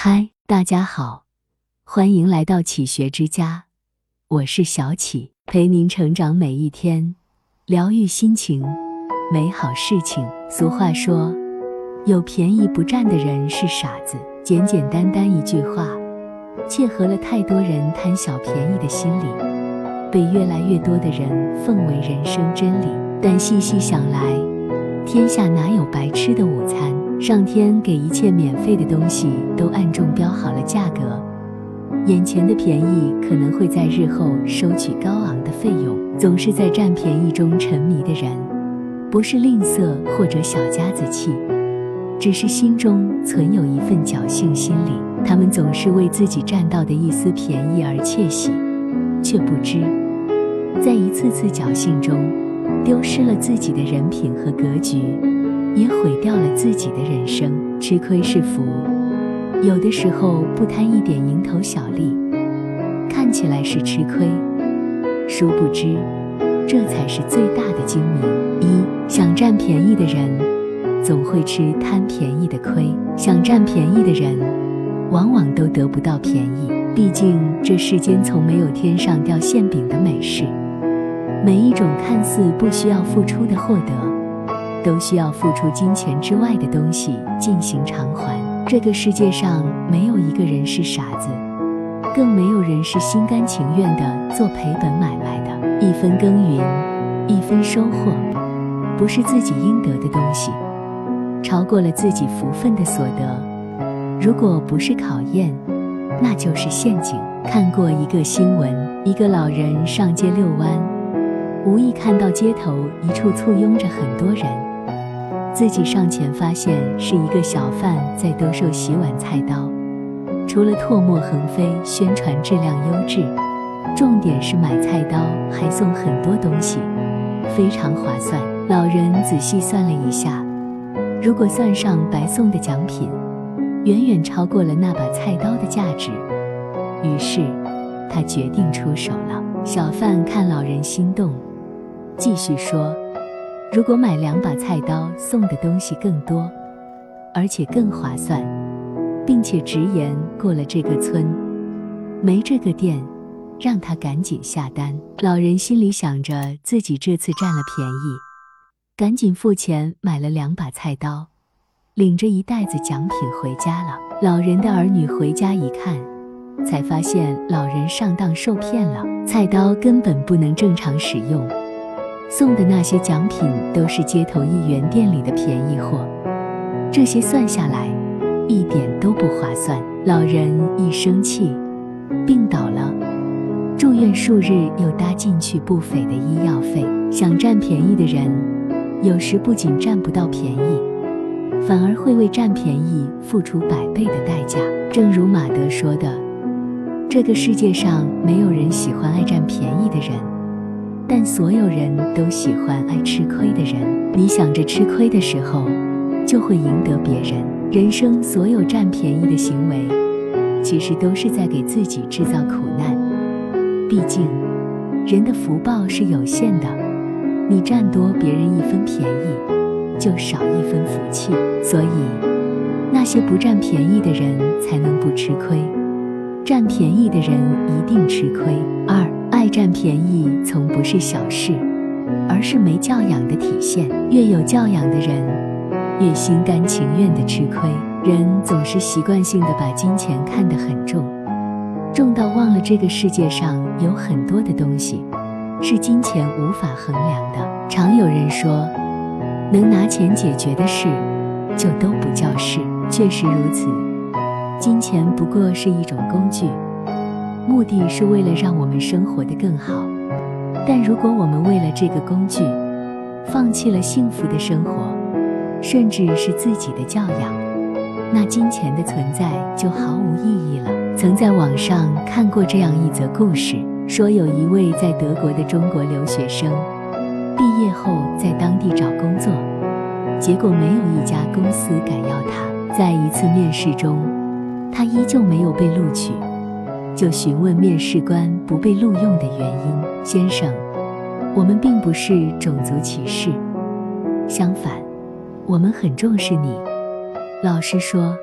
嗨，大家好，欢迎来到启学之家，我是小启，陪您成长每一天，疗愈心情，美好事情。俗话说，有便宜不占的人是傻子。简简单单一句话，切合了太多人贪小便宜的心理，被越来越多的人奉为人生真理。但细细想来，天下哪有白吃的午餐？上天给一切免费的东西都暗中标好了价格，眼前的便宜可能会在日后收取高昂的费用。总是在占便宜中沉迷的人，不是吝啬或者小家子气，只是心中存有一份侥幸心理。他们总是为自己占到的一丝便宜而窃喜，却不知在一次次侥幸中丢失了自己的人品和格局，也毁掉了自己的人生。吃亏是福，有的时候不贪一点蝇头小利，看起来是吃亏，殊不知这才是最大的精明。想占便宜的人总会吃贪便宜的亏，想占便宜的人往往都得不到便宜。毕竟这世间从没有天上掉馅饼的美事，每一种看似不需要付出的获得，都需要付出金钱之外的东西进行偿还。这个世界上没有一个人是傻子，更没有人是心甘情愿的做赔本买卖的。一分耕耘一分收获，不是自己应得的东西，超过了自己福分的所得，如果不是考验，那就是陷阱。看过一个新闻，一个老人上街遛弯，无意看到街头一处簇拥着很多人，自己上前发现是一个小贩在兜售洗碗菜刀，除了唾沫横飞宣传质量优质，重点是买菜刀还送很多东西，非常划算。老人仔细算了一下，如果算上白送的奖品，远远超过了那把菜刀的价值，于是他决定出手了。小贩看老人心动，继续说，如果买2把菜刀送的东西更多，而且更划算，并且直言过了这个村没这个店，让他赶紧下单。老人心里想着自己这次占了便宜，赶紧付钱买了2把菜刀，领着一袋子奖品回家了。老人的儿女回家一看，才发现老人上当受骗了，菜刀根本不能正常使用，送的那些奖品都是街头1元店里的便宜货，这些算下来一点都不划算。老人一生气病倒了，住院数日又搭进去不菲的医药费。想占便宜的人，有时不仅占不到便宜，反而会为占便宜付出100倍的代价。正如马德说的，这个世界上没有人喜欢爱占便宜的人，但所有人都喜欢爱吃亏的人。你想着吃亏的时候，就会赢得别人。人生所有占便宜的行为，其实都是在给自己制造苦难。毕竟人的福报是有限的，你占多别人1分便宜，就少1分福气。所以那些不占便宜的人才能不吃亏，占便宜的人一定吃亏。爱占便宜从不是小事，而是没教养的体现。越有教养的人，越心甘情愿地吃亏。人总是习惯性地把金钱看得很重，重到忘了这个世界上有很多的东西是金钱无法衡量的。常有人说，能拿钱解决的事就都不叫事，确实如此。金钱不过是一种工具，目的是为了让我们生活得更好。但如果我们为了这个工具放弃了幸福的生活，甚至是自己的教养，那金钱的存在就毫无意义了。曾在网上看过这样一则故事，说有一位在德国的中国留学生，毕业后在当地找工作，结果没有一家公司敢要他。在一次面试中，他依旧没有被录取，就询问面试官不被录用的原因。先生，我们并不是种族歧视，相反，我们很重视你。老师说，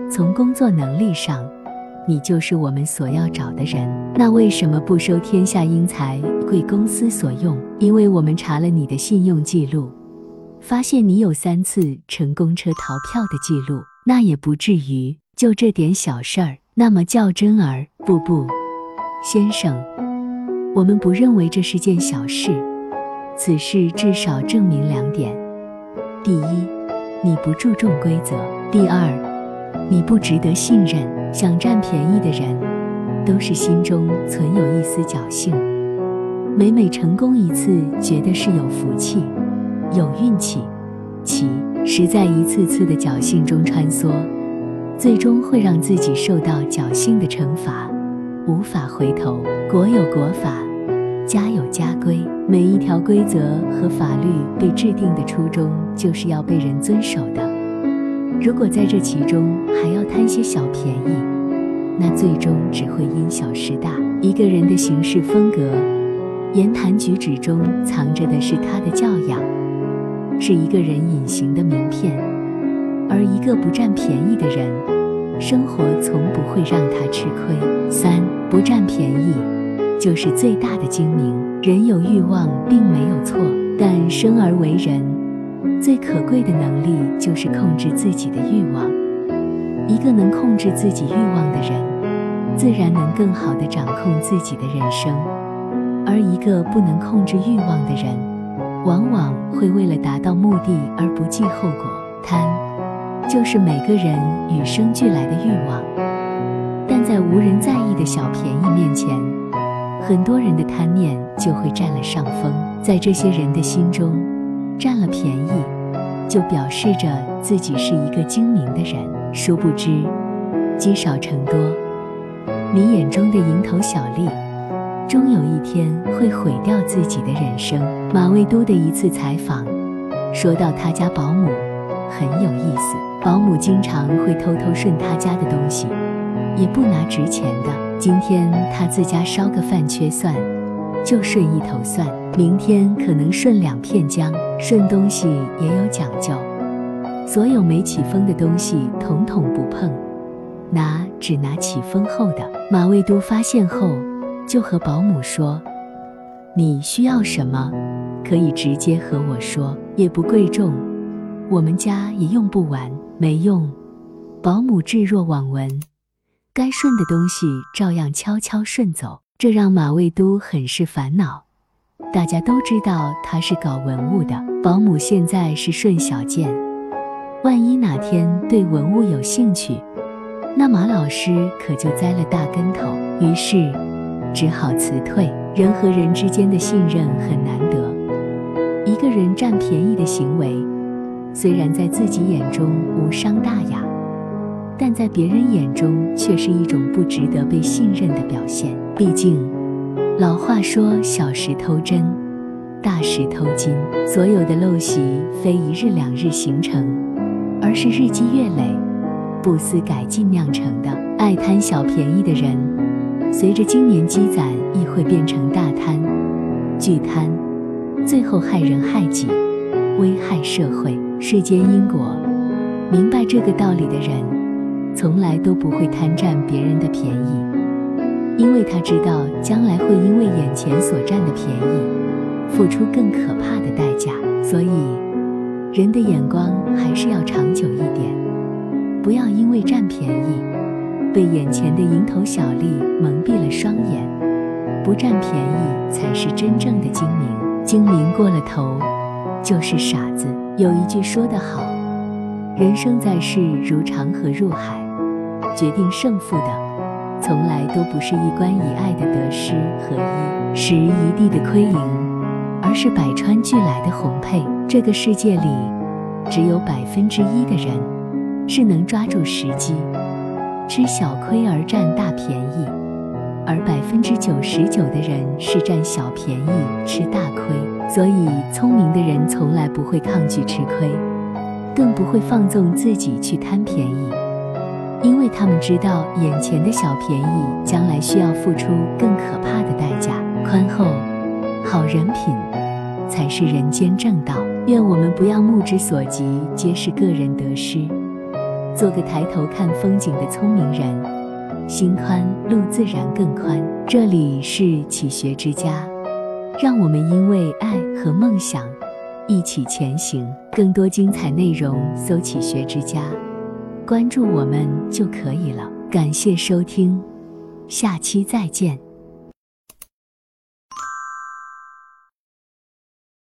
从工作能力上，你就是我们所要找的人。那为什么不收天下英才贵公司所用？因为我们查了你的信用记录，发现你有3次乘公车逃票的记录。那也不至于，就这点小事儿，那么较真儿？不，先生，我们不认为这是件小事。此事至少证明2点：第一，你不注重规则；第二，你不值得信任。想占便宜的人，都是心中存有一丝侥幸，每成功一次，觉得是有福气、有运气，其实在一次次的侥幸中穿梭，最终会让自己受到侥幸的惩罚，无法回头。国有国法，家有家规，每一条规则和法律被制定的初衷，就是要被人遵守的。如果在这其中还要贪些小便宜，那最终只会因小失大。一个人的行事风格、言谈举止中藏着的是他的教养，是一个人隐形的名片。而一个不占便宜的人，生活从不会让他吃亏。3，不占便宜就是最大的精明。人有欲望并没有错，但生而为人，最可贵的能力就是控制自己的欲望。一个能控制自己欲望的人，自然能更好地掌控自己的人生。而一个不能控制欲望的人，往往会为了达到目的而不计后果。贪，就是每个人与生俱来的欲望，但在无人在意的小便宜面前，很多人的贪念就会占了上风。在这些人的心中，占了便宜就表示着自己是一个精明的人。殊不知，积少成多，你眼中的蝇头小利，终有一天会毁掉自己的人生。马未都的一次采访说到他家保姆很有意思，保姆经常会偷顺他家的东西，也不拿值钱的。今天他自家烧个饭缺蒜，就顺1头蒜，明天可能顺2片姜。顺东西也有讲究，所有没起风的东西统统不碰，只拿起风后的。马未都发现后，就和保姆说：“你需要什么，可以直接和我说，也不贵重，我们家也用不完。”没用，保姆置若罔闻，该顺的东西照样悄悄顺走，这让马未都很是烦恼。大家都知道他是搞文物的，保姆现在是顺小件，万一哪天对文物有兴趣，那马老师可就栽了大跟头。于是只好辞退。人和人之间的信任很难得，一个人占便宜的行为，虽然在自己眼中无伤大雅，但在别人眼中却是一种不值得被信任的表现。毕竟老话说，小石偷针，大石偷金，所有的陋习非1日2日形成，而是日积月累、不思改进酿成的。爱贪小便宜的人，随着经年积攒，亦会变成大贪、巨贪，最后害人害己，危害社会。世间因果，明白这个道理的人，从来都不会贪占别人的便宜，因为他知道将来会因为眼前所占的便宜，付出更可怕的代价。所以，人的眼光还是要长久一点，不要因为占便宜，被眼前的蝇头小利蒙蔽了双眼。不占便宜才是真正的精明，精明过了头就是傻子。有一句说得好，人生在世如长河入海，决定胜负的从来都不是一关一隘的得失和一时一地的亏盈，而是百川俱来的红配。这个世界里，只有1%的人是能抓住时机，吃小亏而占大便宜，而99%的人是占小便宜吃大亏。所以聪明的人从来不会抗拒吃亏，更不会放纵自己去贪便宜，因为他们知道眼前的小便宜将来需要付出更可怕的代价。宽厚、好人品才是人间正道。愿我们不要目之所及皆是个人得失， 做个抬头看风景的聪明人，心宽路自然更宽。这里是启学之家，让我们因为爱和梦想一起前行。更多精彩内容搜启学之家，关注我们就可以了。感谢收听，下期再见。